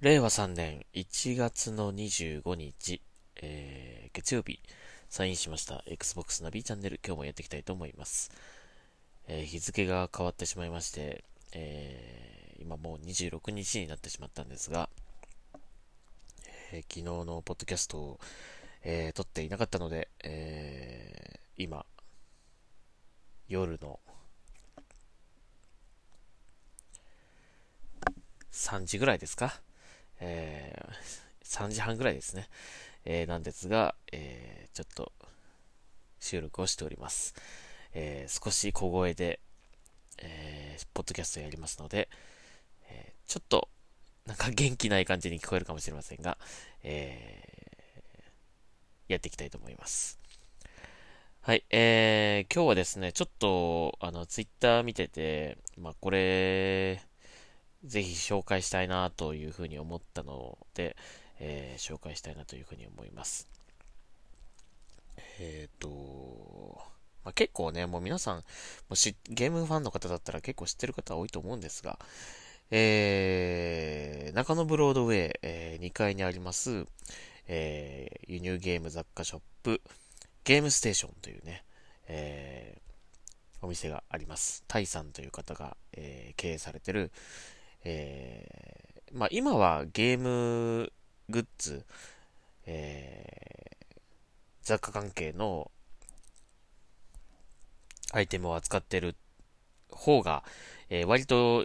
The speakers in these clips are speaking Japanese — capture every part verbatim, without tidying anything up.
れいわさんねんいちがつのにじゅうごにち、えー、月曜日、サインしました Xbox ナビチャンネル、今日もやっていきたいと思います。えー日付が変わってしまいまして、えー今もうにじゅうろくにちにちになってしまったんですが、えー昨日のポッドキャストを、えー撮っていなかったので、えー今、夜のさんじぐらいですか、えーさんじはんぐらいですね。えーなんですが、えーちょっと収録をしております。えー少し小声で、えーポッドキャストやりますので、えーちょっと、なんか元気ない感じに聞こえるかもしれませんが、えーやっていきたいと思います。はい、えー今日はですね、ちょっと、あの、ツイッター見てて、まあ、これ、ぜひ紹介したいなというふうに思ったので、えー紹介したいなというふうに思います。えっ、と、まあ、結構ね、もう皆さん、もうしゲームファンの方だったら結構知ってる方多いと思うんですが、えー、中野ブロードウェイ、えーにかいにあります、えー輸入ゲーム雑貨ショップ、ゲームステーションというね、えーお店があります。タイさんという方が、えー経営されてる、えーまあ、今はゲームグッズ、えー雑貨関係のアイテムを扱ってる方が、えー割と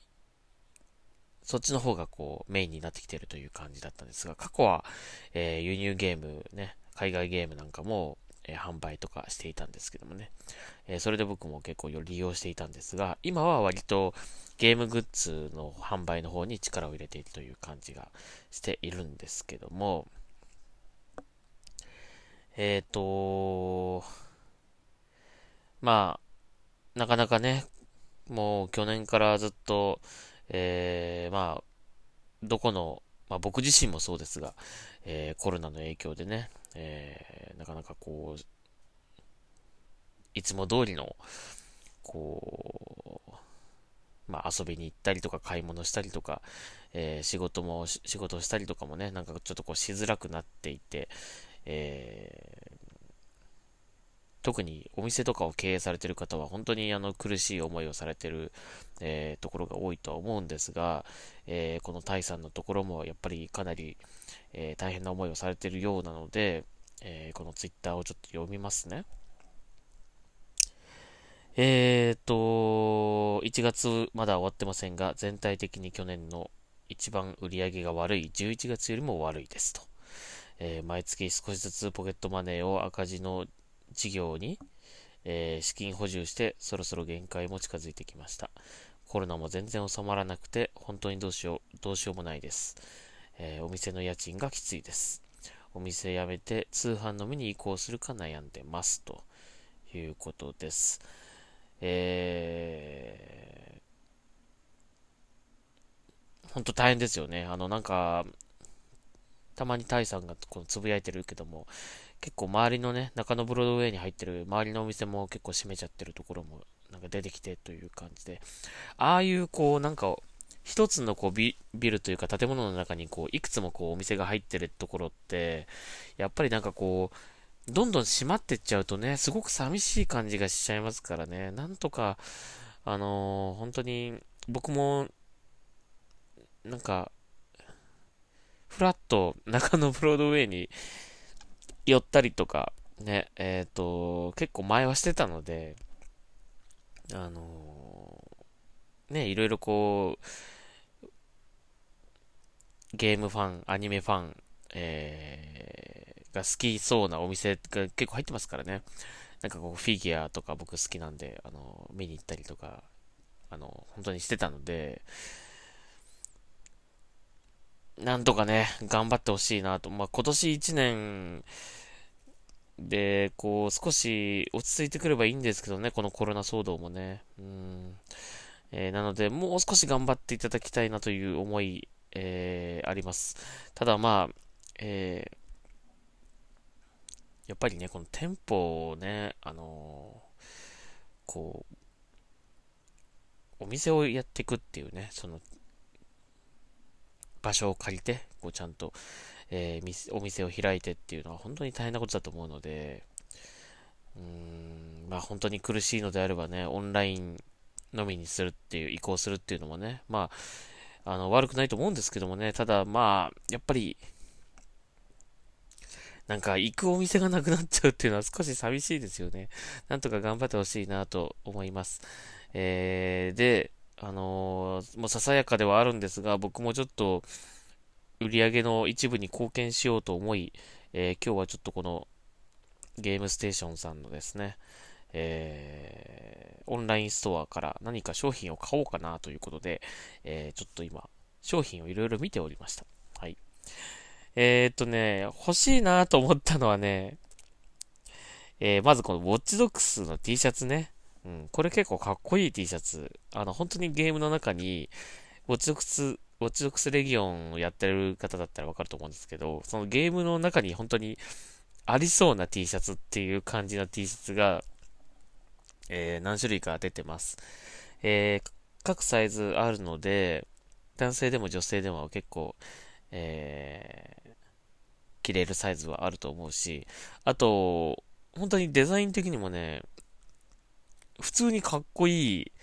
そっちの方がこうメインになってきてるという感じだったんですが、過去は、えー輸入ゲームね、海外ゲームなんかも、えー販売とかしていたんですけどもね、えーそれで僕も結構利用していたんですが、今は割とゲームグッズの販売の方に力を入れているという感じがしているんですけども、えっ、と、まあ、なかなかね、もう去年からずっと、えーまあ、どこの、まあ、僕自身もそうですが、えーコロナの影響でね、えーなかなかこう、いつも通りの、こう、まあ、遊びに行ったりとか、買い物したりとか、えー仕事も、仕事をしたりとかもね、なんかちょっとこうしづらくなっていて、えー特にお店とかを経営されている方は本当にあの苦しい思いをされている、えーところが多いとは思うんですが、えーこのタイさんのところもやっぱりかなり、えー大変な思いをされているようなので、えーこのツイッターをちょっと読みますね。えーと、いちがつまだ終わってませんが、全体的に去年の一番売り上げが悪いじゅういちがつよりも悪いですと。えー毎月少しずつポケットマネーを赤字の事業に、えー資金補充してそろそろ限界も近づいてきました。コロナも全然収まらなくて本当にどうしよう、どうしようもないです。えーお店の家賃がきついです。お店辞めて通販のみに移行するか悩んでますということです。えー、本当大変ですよね。あのなんかたまにタイさんがこのつぶやいてるけども、結構周りのね、中野ブロードウェイに入ってる周りのお店も結構閉めちゃってるところもなんか出てきてという感じで、ああいうこうなんか一つのこうビ、ビルというか建物の中にこういくつもこうお店が入ってるところって、やっぱりなんかこう、どんどん閉まってっちゃうとね、すごく寂しい感じがしちゃいますからね、なんとか、あのー本当に僕もなんか、フラッと中野ブロードウェイに寄ったりとか、ね、えっ、と、結構前はしてたので、あのーね、いろいろこう、ゲームファン、アニメファン、えーが好きそうなお店が結構入ってますからね。なんかこう、フィギュアとか僕好きなんで、あの、見に行ったりとか、あの、本当にしてたので、なんとかね、頑張ってほしいなと。まあ、今年いちねんで、こう、少し落ち着いてくればいいんですけどね、このコロナ騒動もね。うん。えーなので、もう少し頑張っていただきたいなという思い、えーあります。ただまあ、えーやっぱりね、この店舗をね、あのーこう、お店をやっていくっていうね、その、 場所を借りて、こうちゃんと、えー店お店を開いてっていうのは本当に大変なことだと思うので、うーん、まあ本当に苦しいのであればね、オンラインのみにするっていう、移行するっていうのもね、まあ、あの、悪くないと思うんですけどもね、ただまあ、やっぱり、なんか行くお店がなくなっちゃうっていうのは少し寂しいですよね。なんとか頑張ってほしいなと思います。えー、で、あのーもうささやかではあるんですが、僕もちょっと売り上げの一部に貢献しようと思い、えー今日はちょっとこのゲームステーションさんのですね、えーオンラインストアから何か商品を買おうかなということで、えーちょっと今、商品をいろいろ見ておりました。はい。えーっとね、欲しいなと思ったのはね、えーまずこのウォッチドックスの T シャツね。うん、これ結構かっこいい T シャツ。あの、本当にゲームの中に、ウォッチドックス、ウォッチドックスレギオンをやってる方だったらわかると思うんですけど、そのゲームの中に本当にありそうな T シャツっていう感じの T シャツが、えー何種類か出てます。えー各サイズあるので、男性でも女性でも結構、えー着れるサイズはあると思うし、あと、本当にデザイン的にもね、普通にかっこいい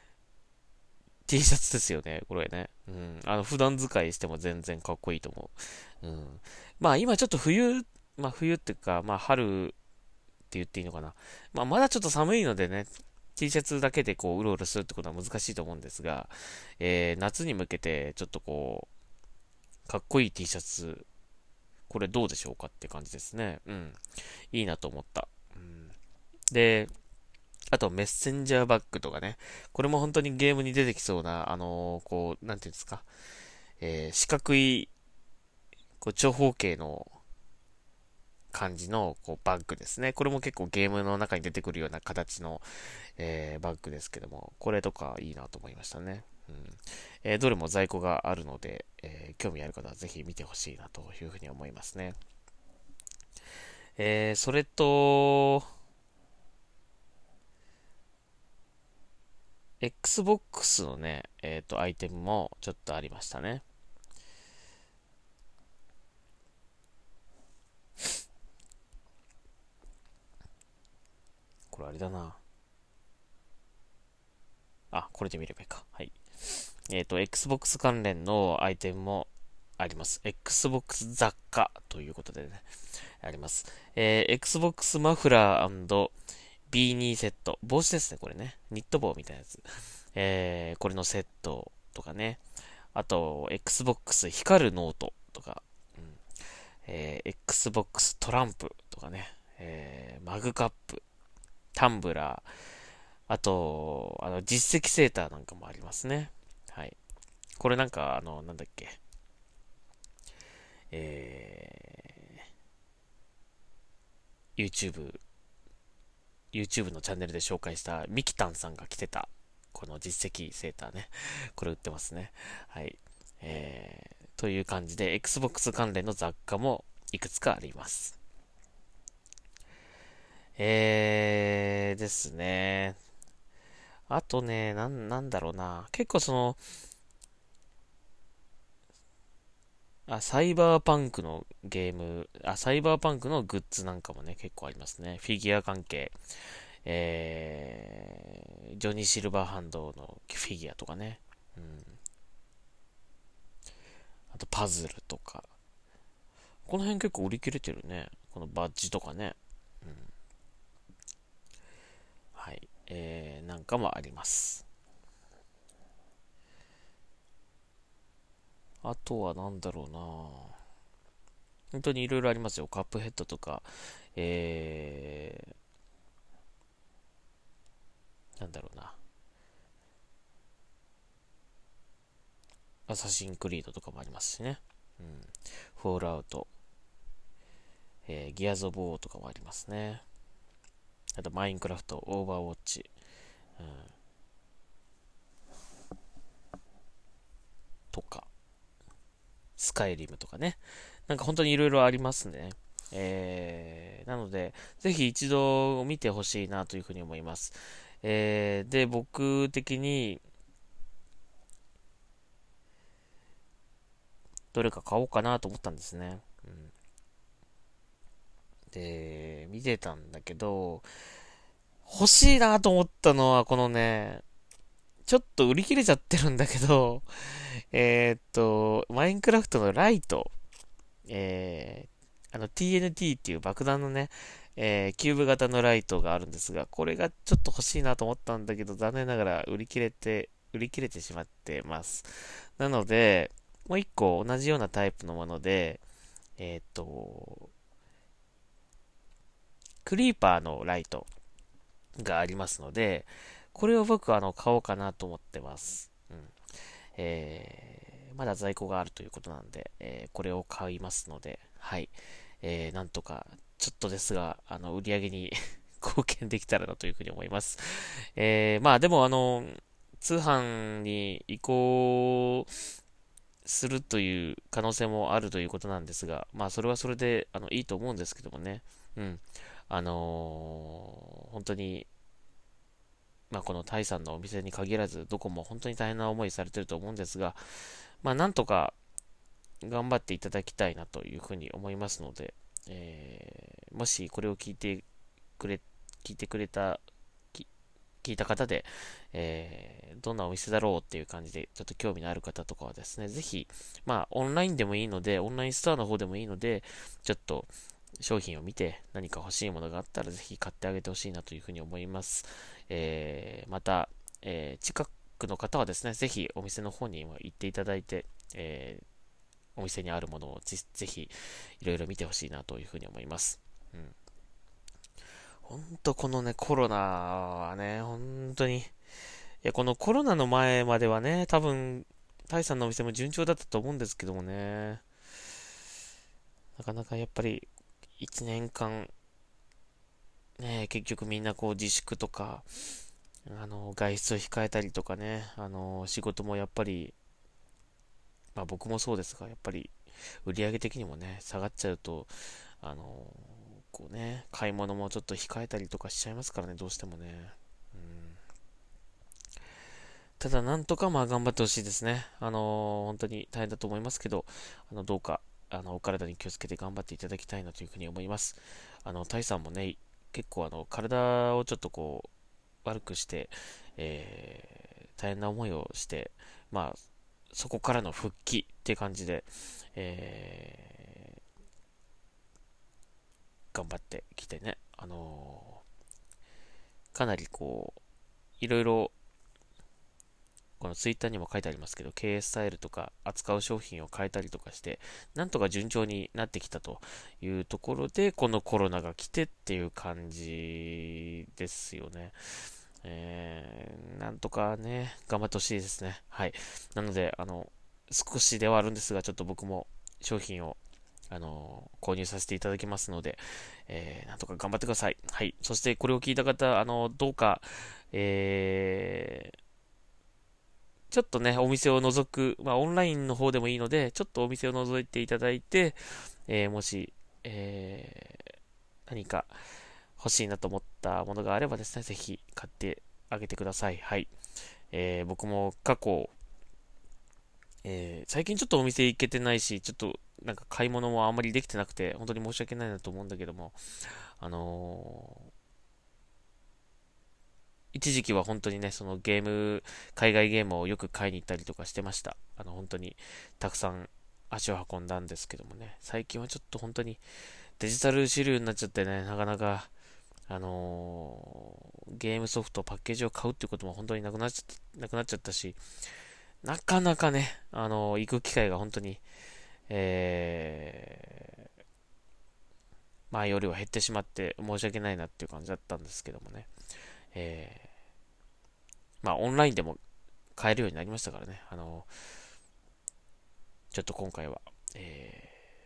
T シャツですよね、これね。うん。あの、普段使いしても全然かっこいいと思う。うん。まあ今ちょっと冬、まあ冬っていうか、まあ春って言っていいのかな。まあまだちょっと寒いのでね、T シャツだけでこう、うろうろするってことは難しいと思うんですが、えー、夏に向けてちょっとこう、かっこいい T シャツ、これどうでしょうかって感じですね。うん。いいなと思った。うん、で、あとメッセンジャーバッグとかね。これも本当にゲームに出てきそうな、あのーこう、なんていうんですか。えー四角い、こう、長方形の感じの、こう、バッグですね。これも結構ゲームの中に出てくるような形の、えーバッグですけども、これとかいいなと思いましたね。うん。えーどれも在庫があるので、えー興味ある方はぜひ見てほしいなというふうに思いますね。えーそれと、Xbox のね、えっと、アイテムもちょっとありましたね。これあれだな。あ、これで見ればいいか。はい。えっと、Xbox 関連のアイテムもあります。Xbox 雑貨ということでね、あります。えー Xbox マフラー ビーツー セット。帽子ですね、これね。ニット帽みたいなやつ。えー、これのセットとかね。あと、Xbox 光るノートとか、うん、えー Xbox トランプとかね。えーマグカップ、タンブラー、あと、あの、実績セーターなんかもありますね。はい。これなんか、あの、なんだっけ。えー、YouTube、YouTube のチャンネルで紹介したミキタンさんが着てた、この実績セーターね。これ売ってますね。はい。えー、という感じで、Xbox 関連の雑貨もいくつかあります。えー、ですね。あとね、なん、なんだろうな。結構その、あ、サイバーパンクのゲーム、あ、サイバーパンクのグッズなんかもね、結構ありますね。フィギュア関係、えー、ジョニー・シルバーハンドのフィギュアとかね。うん。あとパズルとか。この辺結構売り切れてるね。このバッジとかね。うん。はい。えー、なんかもあります。あとはなんだろうな本当にいろいろありますよ。カップヘッドとか、えー、なんだろうな。アサシンクリードとかもありますしね。うん。フォールアウト、えー、ギアーズ・オブ・ウォーとかもありますね。あと、マインクラフト、オーバーウォッチ、うん、とか、スカイリムとかね。なんか本当にいろいろありますね。えー、なので、ぜひ一度見てほしいなというふうに思います。えー、で、僕的に、 どれか買おうかなと思ったんですね。うん、で、見てたんだけど、欲しいなと思ったのは、このね、ちょっと売り切れちゃってるんだけど、えーっと、マインクラフトのライト、えー、あの ティーエヌティー っていう爆弾のね、えーキューブ型のライトがあるんですが、これがちょっと欲しいなと思ったんだけど、残念ながら売り切れて、売り切れてしまってます。なので、もう一個同じようなタイプのもので、えーっと、クリーパーのライトがありますので、これを僕はあの買おうかなと思ってます。うん。えー、まだ在庫があるということなんで、えーこれを買いますので、はい。えー、なんとか、ちょっとですが、あの、売り上げに貢献できたらなというふうに思います。えー、まあでもあの、通販に移行するという可能性もあるということなんですが、まあそれはそれであのいいと思うんですけどもね。うん。あのー本当に、まあこのタイさんのお店に限らず、どこも本当に大変な思いされてると思うんですが、まあなんとか頑張っていただきたいなというふうに思いますので、えーもしこれを聞いてくれ、聞いてくれた、き聞いた方で、えーどんなお店だろうっていう感じで、ちょっと興味のある方とかはですね、ぜひ、まあ、オンラインでもいいので、オンラインストアの方でもいいので、ちょっと商品を見て何か欲しいものがあったらぜひ買ってあげてほしいなというふうに思います。えーまた、えー近くの方はですね、ぜひお店の方にも行っていただいて、えーお店にあるものをぜぜひいろいろ見てほしいなというふうに思います。うん。ほんとこのね、コロナはね、本当に、いや、このコロナの前まではね、多分、タイさんのお店も順調だったと思うんですけどもね、なかなかやっぱり、いちねんかん、ね、結局みんなこう自粛とか、あの、外出を控えたりとかね、あの、仕事もやっぱり、まあ僕もそうですが、やっぱり、売上的にもね、下がっちゃうと、あの、こうね、買い物もちょっと控えたりとかしちゃいますからね、どうしてもね。うん、ただ、なんとかまあ頑張ってほしいですね。あのー本当に大変だと思いますけど、あの、どうか、あの、お体に気をつけて頑張っていただきたいなというふうに思います。あの、タイさんもね、結構あの、体をちょっとこう、悪くして、えー、大変な思いをして、まあ、そこからの復帰っていう感じで、えー、頑張ってきてね、あのーかなりこう、いろいろこのツイッターにも書いてありますけど、経営スタイルとか扱う商品を変えたりとかして、なんとか順調になってきたというところで、このコロナが来てっていう感じですよね。えー、なんとかね、頑張ってほしいですね。はい。なので、あの、少しではあるんですが、ちょっと僕も商品をあの購入させていただきますので、えー、なんとか頑張ってください。はい。そしてこれを聞いた方、あの、どうか、えー、ちょっとね、お店を覗く、まあ、オンラインの方でもいいので、ちょっとお店を覗いていただいて、えーもし、えー何か欲しいなと思ったものがあればですね、ぜひ買ってあげてください。はい。えー僕も過去、えー最近ちょっとお店行けてないし、ちょっとなんか買い物もあんまりできてなくて、本当に申し訳ないなと思うんだけども、あのー一時期は本当にね、そのゲーム、海外ゲームをよく買いに行ったりとかしてました。あの、本当にたくさん足を運んだんですけどもね、最近はちょっと本当にデジタル主流になっちゃってね、なかなか、あのーゲームソフト、パッケージを買うっていうことも本当になくなっちゃった、なくなっちゃったし、なかなかね、あのー行く機会が本当に、えー、前よりは減ってしまって申し訳ないなっていう感じだったんですけどもね、えー、まあオンラインでも買えるようになりましたからね、あのーちょっと今回は、え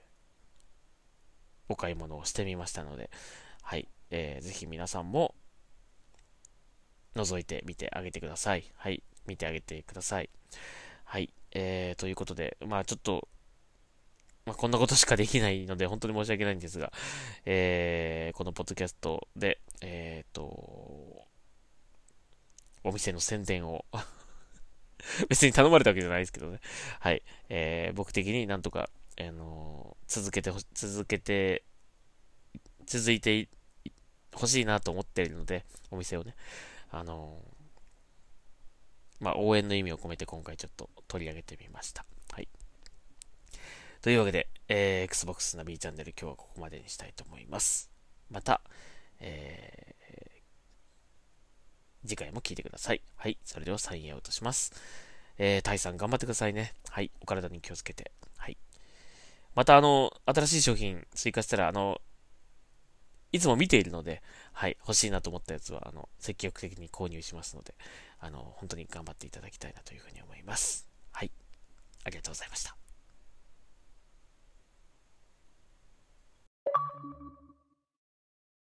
ー、お買い物をしてみましたので、はい、えー、ぜひ皆さんも覗いてみてあげてください。はい。見てあげてください。はい。えー、ということで、まあちょっと、まあこんなことしかできないので、本当に申し訳ないんですが、えー、このポッドキャストで、えーと、お店の宣伝を別に頼まれたわけじゃないですけどね。はい。えー僕的になんとか、あのー続けてほし、続けて、続いてほしいなと思っているので、お店をね、あのーまあ、応援の意味を込めて今回ちょっと取り上げてみました。はい。というわけで、えー Xbox ナビチャンネル今日はここまでにしたいと思います。また、えー次回も聞いてください。はい。それではサインアウトします。えー、タイさん頑張ってくださいね。はい。お体に気をつけて。はい。また、あの、新しい商品追加したら、あの、いつも見ているので、はい。欲しいなと思ったやつは、あの、積極的に購入しますので、あの、本当に頑張っていただきたいなというふうに思います。はい。ありがとうございました。